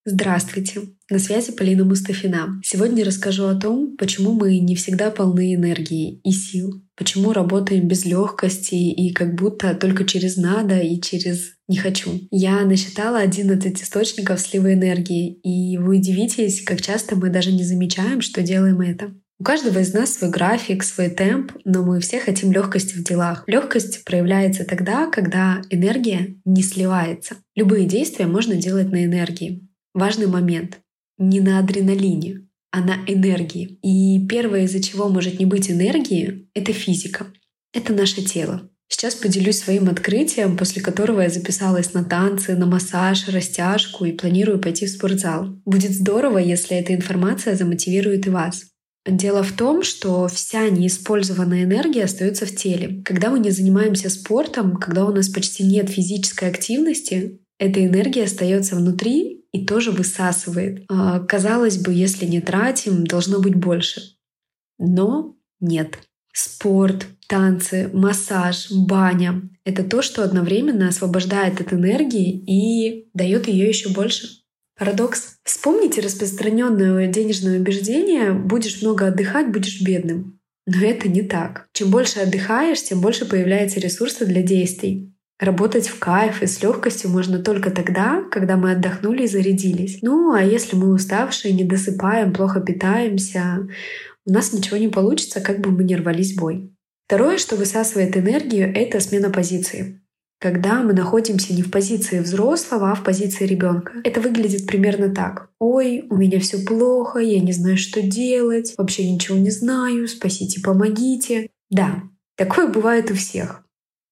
Здравствуйте! На связи Полина Мустафина. Сегодня расскажу о том, почему мы не всегда полны энергии и сил, почему работаем без легкости и как будто только через надо и через не хочу. Я насчитала 11 источников слива энергии, и вы удивитесь, как часто мы даже не замечаем, что делаем это. У каждого из нас свой график, свой темп, но мы все хотим легкости в делах. Легкость проявляется тогда, когда энергия не сливается. Любые действия можно делать на энергии. Важный момент. Не на адреналине, а на энергии. И первое, из-за чего может не быть энергии, это физика. Это наше тело. Сейчас поделюсь своим открытием, после которого я записалась на танцы, на массаж, растяжку и планирую пойти в спортзал. Будет здорово, если эта информация замотивирует и вас. Дело в том, что вся неиспользованная энергия остается в теле. Когда мы не занимаемся спортом, когда у нас почти нет физической активности, эта энергия остается внутри и тоже высасывает. Казалось бы, если не тратим, должно быть больше. Но нет. Спорт, танцы, массаж, баня — это то, что одновременно освобождает от энергии и дает ее еще больше. Парадокс. Вспомните распространенное денежное убеждение: будешь много отдыхать, будешь бедным. Но это не так. Чем больше отдыхаешь, тем больше появляется ресурса для действий. Работать в кайф и с легкостью можно только тогда, когда мы отдохнули и зарядились. Ну, а если мы уставшие, не досыпаем, плохо питаемся, у нас ничего не получится, как бы мы ни рвались в бой. Второе, что высасывает энергию, это смена позиции. Когда мы находимся не в позиции взрослого, а в позиции ребенка. Это выглядит примерно так. «Ой, у меня все плохо, я не знаю, что делать, вообще ничего не знаю, спасите, помогите». Да, такое бывает у всех.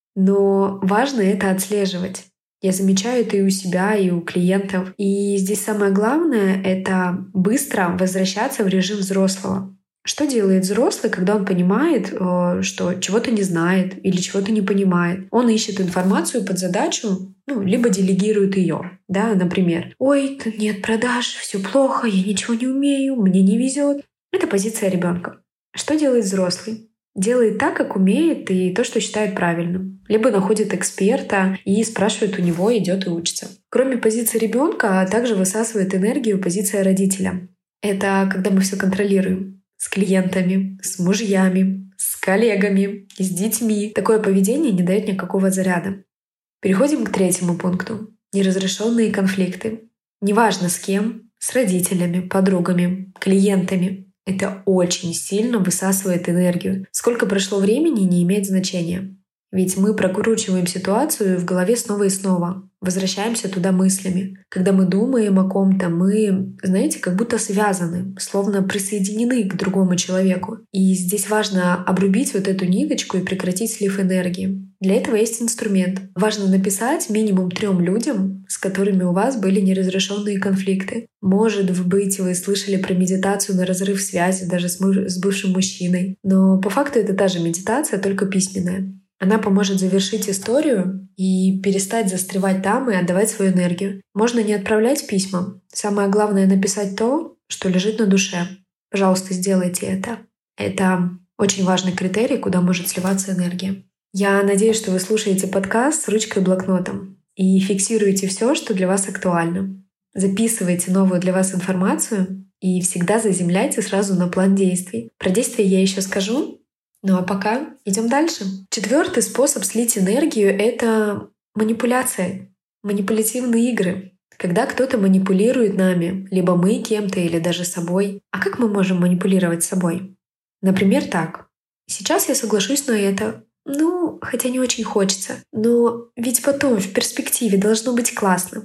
Но важно это отслеживать. Я замечаю это и у себя, и у клиентов. И здесь самое главное — это быстро возвращаться в режим взрослого. Что делает взрослый, когда он понимает, что чего-то не знает или чего-то не понимает? Он ищет информацию под задачу, либо делегирует ее. Да, например, «Ой, нет продаж, все плохо, я ничего не умею, мне не везет». Это позиция ребенка. Что делает взрослый? Делает так, как умеет, и то, что считает правильным. Либо находит эксперта и спрашивает у него, идет и учится. Кроме позиции ребенка, также высасывает энергию позиция родителя. Это когда мы все контролируем. С клиентами, с мужьями, с коллегами, с детьми. Такое поведение не дает никакого заряда. Переходим к третьему пункту. Неразрешенные конфликты. Неважно с кем, с родителями, подругами, клиентами. Это очень сильно высасывает энергию. Сколько прошло времени, не имеет значения. Ведь мы прокручиваем ситуацию в голове снова и снова. Возвращаемся туда мыслями. Когда мы думаем о ком-то, мы, знаете, как будто связаны, словно присоединены к другому человеку. И здесь важно обрубить вот эту ниточку и прекратить слив энергии. Для этого есть инструмент. Важно написать минимум 3 людям, с которыми у вас были неразрешенные конфликты. Может быть, вы слышали про медитацию на разрыв связи даже с бывшим мужчиной. Но по факту это та же медитация, только письменная. Она поможет завершить историю и перестать застревать там и отдавать свою энергию. Можно не отправлять письма. Самое главное — написать то, что лежит на душе. Пожалуйста, сделайте это. Это очень важный критерий, куда может сливаться энергия. Я надеюсь, что вы слушаете подкаст с ручкой и блокнотом и фиксируете все, что для вас актуально. Записывайте новую для вас информацию и всегда заземляйте сразу на план действий. Про действия я еще скажу. Ну а пока идем дальше. 4-й способ слить энергию — это манипуляция, манипулятивные игры. Когда кто-то манипулирует нами, либо мы кем-то или даже собой. А как мы можем манипулировать собой? Например, так. Сейчас я соглашусь на это. Хотя не очень хочется. Но ведь потом, в перспективе, должно быть классно.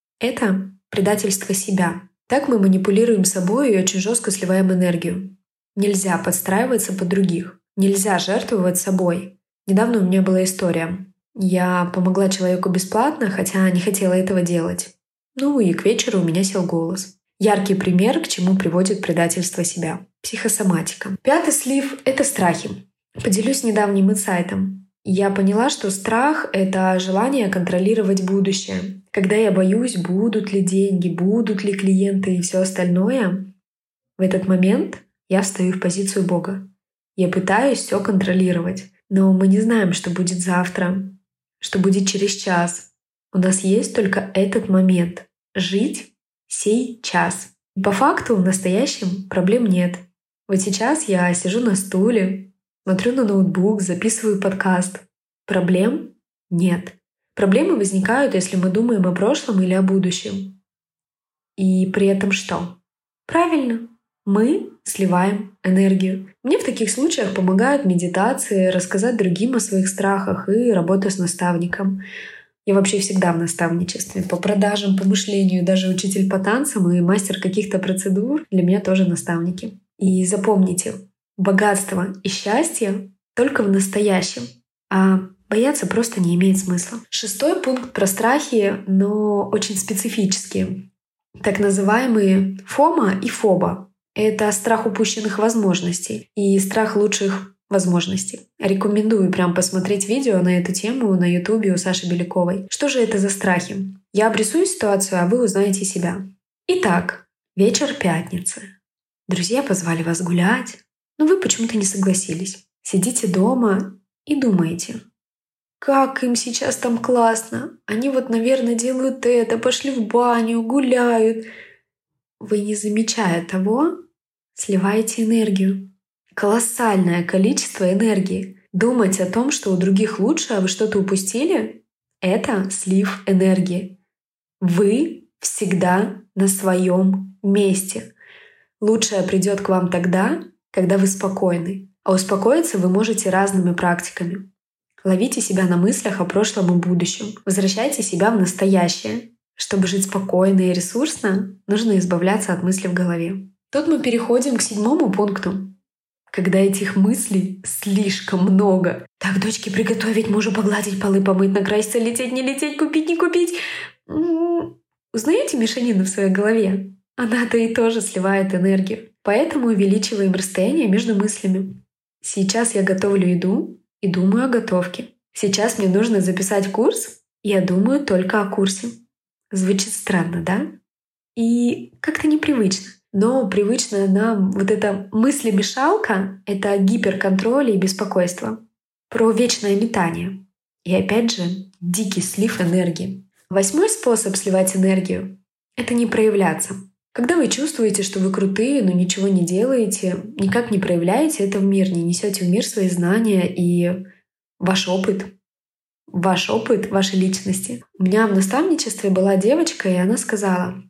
Это предательство себя. Так мы манипулируем собой и очень жестко сливаем энергию. Нельзя подстраиваться под других. Нельзя жертвовать собой. Недавно у меня была история. Я помогла человеку бесплатно, хотя не хотела этого делать. И к вечеру у меня сел голос. Яркий пример, к чему приводит предательство себя. Психосоматика. 5-й слив — это страхи. Поделюсь недавним инсайтом. Я поняла, что страх — это желание контролировать будущее. Когда я боюсь, будут ли деньги, будут ли клиенты и все остальное, в этот момент я встаю в позицию Бога. Я пытаюсь все контролировать. Но мы не знаем, что будет завтра, что будет через час. У нас есть только этот момент — жить сейчас. По факту в настоящем проблем нет. Вот сейчас я сижу на стуле, смотрю на ноутбук, записываю подкаст. Проблем нет. Проблемы возникают, если мы думаем о прошлом или о будущем. И при этом что? Правильно, мы сливаем энергию. Мне в таких случаях помогают медитации, рассказать другим о своих страхах и работа с наставником. Я вообще всегда в наставничестве. По продажам, по мышлению, даже учитель по танцам и мастер каких-то процедур для меня тоже наставники. И запомните, богатство и счастье только в настоящем, а бояться просто не имеет смысла. 6 пункт про страхи, но очень специфические. Так называемые фома и фоба. Это страх упущенных возможностей и страх лучших возможностей. Рекомендую прям посмотреть видео на эту тему на Ютубе у Саши Беляковой. Что же это за страхи? Я обрисую ситуацию, а вы узнаете себя. Итак, вечер пятницы. Друзья позвали вас гулять, но вы почему-то не согласились. Сидите дома и думаете, как им сейчас там классно. Они вот, наверное, делают это, пошли в баню, гуляют. Вы, не замечая того, сливаете энергию. Колоссальное количество энергии. Думать о том, что у других лучше, а вы что-то упустили — это слив энергии. Вы всегда на своем месте. Лучшее придет к вам тогда, когда вы спокойны. А успокоиться вы можете разными практиками. Ловите себя на мыслях о прошлом и будущем. Возвращайте себя в настоящее. Чтобы жить спокойно и ресурсно, нужно избавляться от мыслей в голове. Тут мы переходим к 7 пункту. Когда этих мыслей слишком много. Так, дочке приготовить, мужу погладить, полы помыть, накраситься, лететь, не лететь, купить, не купить. Узнаете мешанину в своей голове? Она-то и тоже сливает энергию. Поэтому увеличиваем расстояние между мыслями. Сейчас я готовлю еду и думаю о готовке. Сейчас мне нужно записать курс, и я думаю только о курсе. Звучит странно, да? И как-то непривычно. Но привычная нам вот эта мыслемешалка — это гиперконтроль и беспокойство. Про вечное метание. И опять же, дикий слив энергии. 8 способ сливать энергию — это не проявляться. Когда вы чувствуете, что вы крутые, но ничего не делаете, никак не проявляете это в мир, не несете в мир свои знания и ваш опыт, вашей личности. У меня в наставничестве была девочка, и она сказала: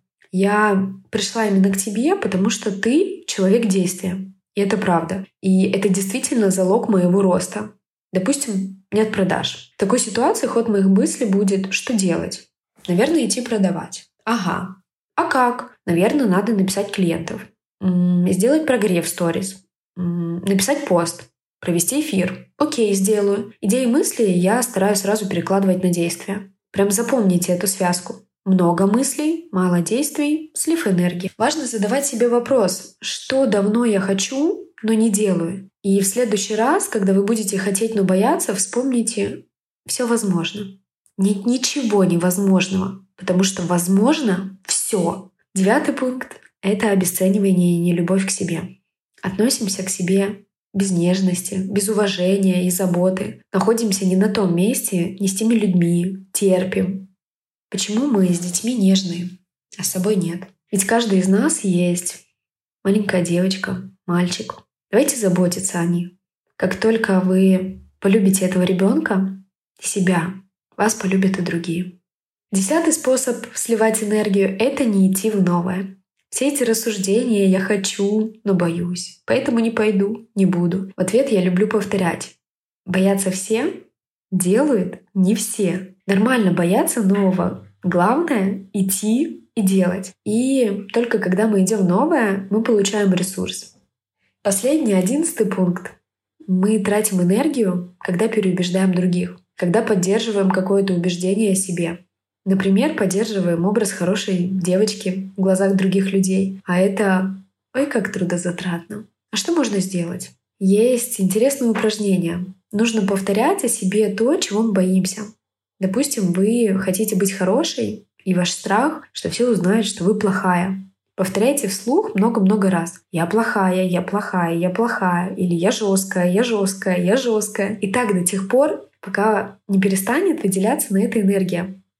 «Я пришла именно к тебе, потому что ты человек действия». И это правда. И это действительно залог моего роста. Допустим, нет продаж. В такой ситуации ход моих мыслей будет: что делать? Наверное, идти продавать. Ага. А как? Наверное, надо написать клиентов. Сделать прогрев в сторис. Написать пост. Провести эфир. Окей, сделаю. Идеи и мысли я стараюсь сразу перекладывать на действия. Прям запомните эту связку. Много мыслей, мало действий, слив энергии. Важно задавать себе вопрос: что давно я хочу, но не делаю. И в следующий раз, когда вы будете хотеть, но бояться, вспомните: все возможно. Нет ничего невозможного, потому что возможно все. 9 пункт — это обесценивание и нелюбовь к себе. Относимся к себе без нежности, без уважения и заботы. Находимся не на том месте, не с теми людьми, терпим. Почему мы с детьми нежные, а с собой нет? Ведь каждый из нас есть маленькая девочка, мальчик. Давайте заботиться о них. Как только вы полюбите этого ребенка, себя, вас полюбят и другие. 10 способ сливать энергию — это не идти в новое. Все эти рассуждения «я хочу, но боюсь, поэтому не пойду, не буду». В ответ я люблю повторять: боятся все, делают не все. Нормально бояться нового. Главное — идти и делать. И только когда мы идем в новое, мы получаем ресурс. Последний, 11 пункт. Мы тратим энергию, когда переубеждаем других, когда поддерживаем какое-то убеждение о себе. Например, поддерживаем образ хорошей девочки в глазах других людей. А это ой, как трудозатратно. А что можно сделать? Есть интересное упражнение. Нужно повторять о себе то, чего мы боимся. Допустим, вы хотите быть хорошей, и ваш страх, что все узнают, что вы плохая. Повторяйте вслух много-много раз. Я плохая, я плохая, я плохая. Или я жесткая, я жесткая, я жесткая. И так до тех пор, пока не перестанет выделяться на это энергия.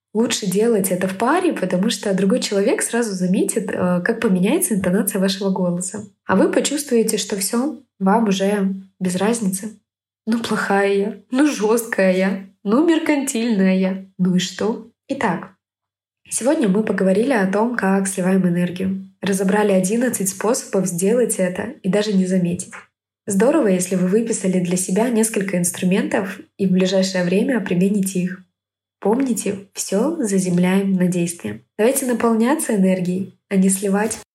Лучше делать это в паре, потому что другой человек сразу заметит, как поменяется интонация вашего голоса. А вы почувствуете, что все, вам уже без разницы. Ну, плохая я, ну, жесткая я, ну, меркантильная я. Ну и что? Итак, сегодня мы поговорили о том, как сливаем энергию. Разобрали 11 способов сделать это и даже не заметить. Здорово, если вы выписали для себя несколько инструментов и в ближайшее время примените их. Помните, все заземляем на действие. Давайте наполняться энергией, а не сливать.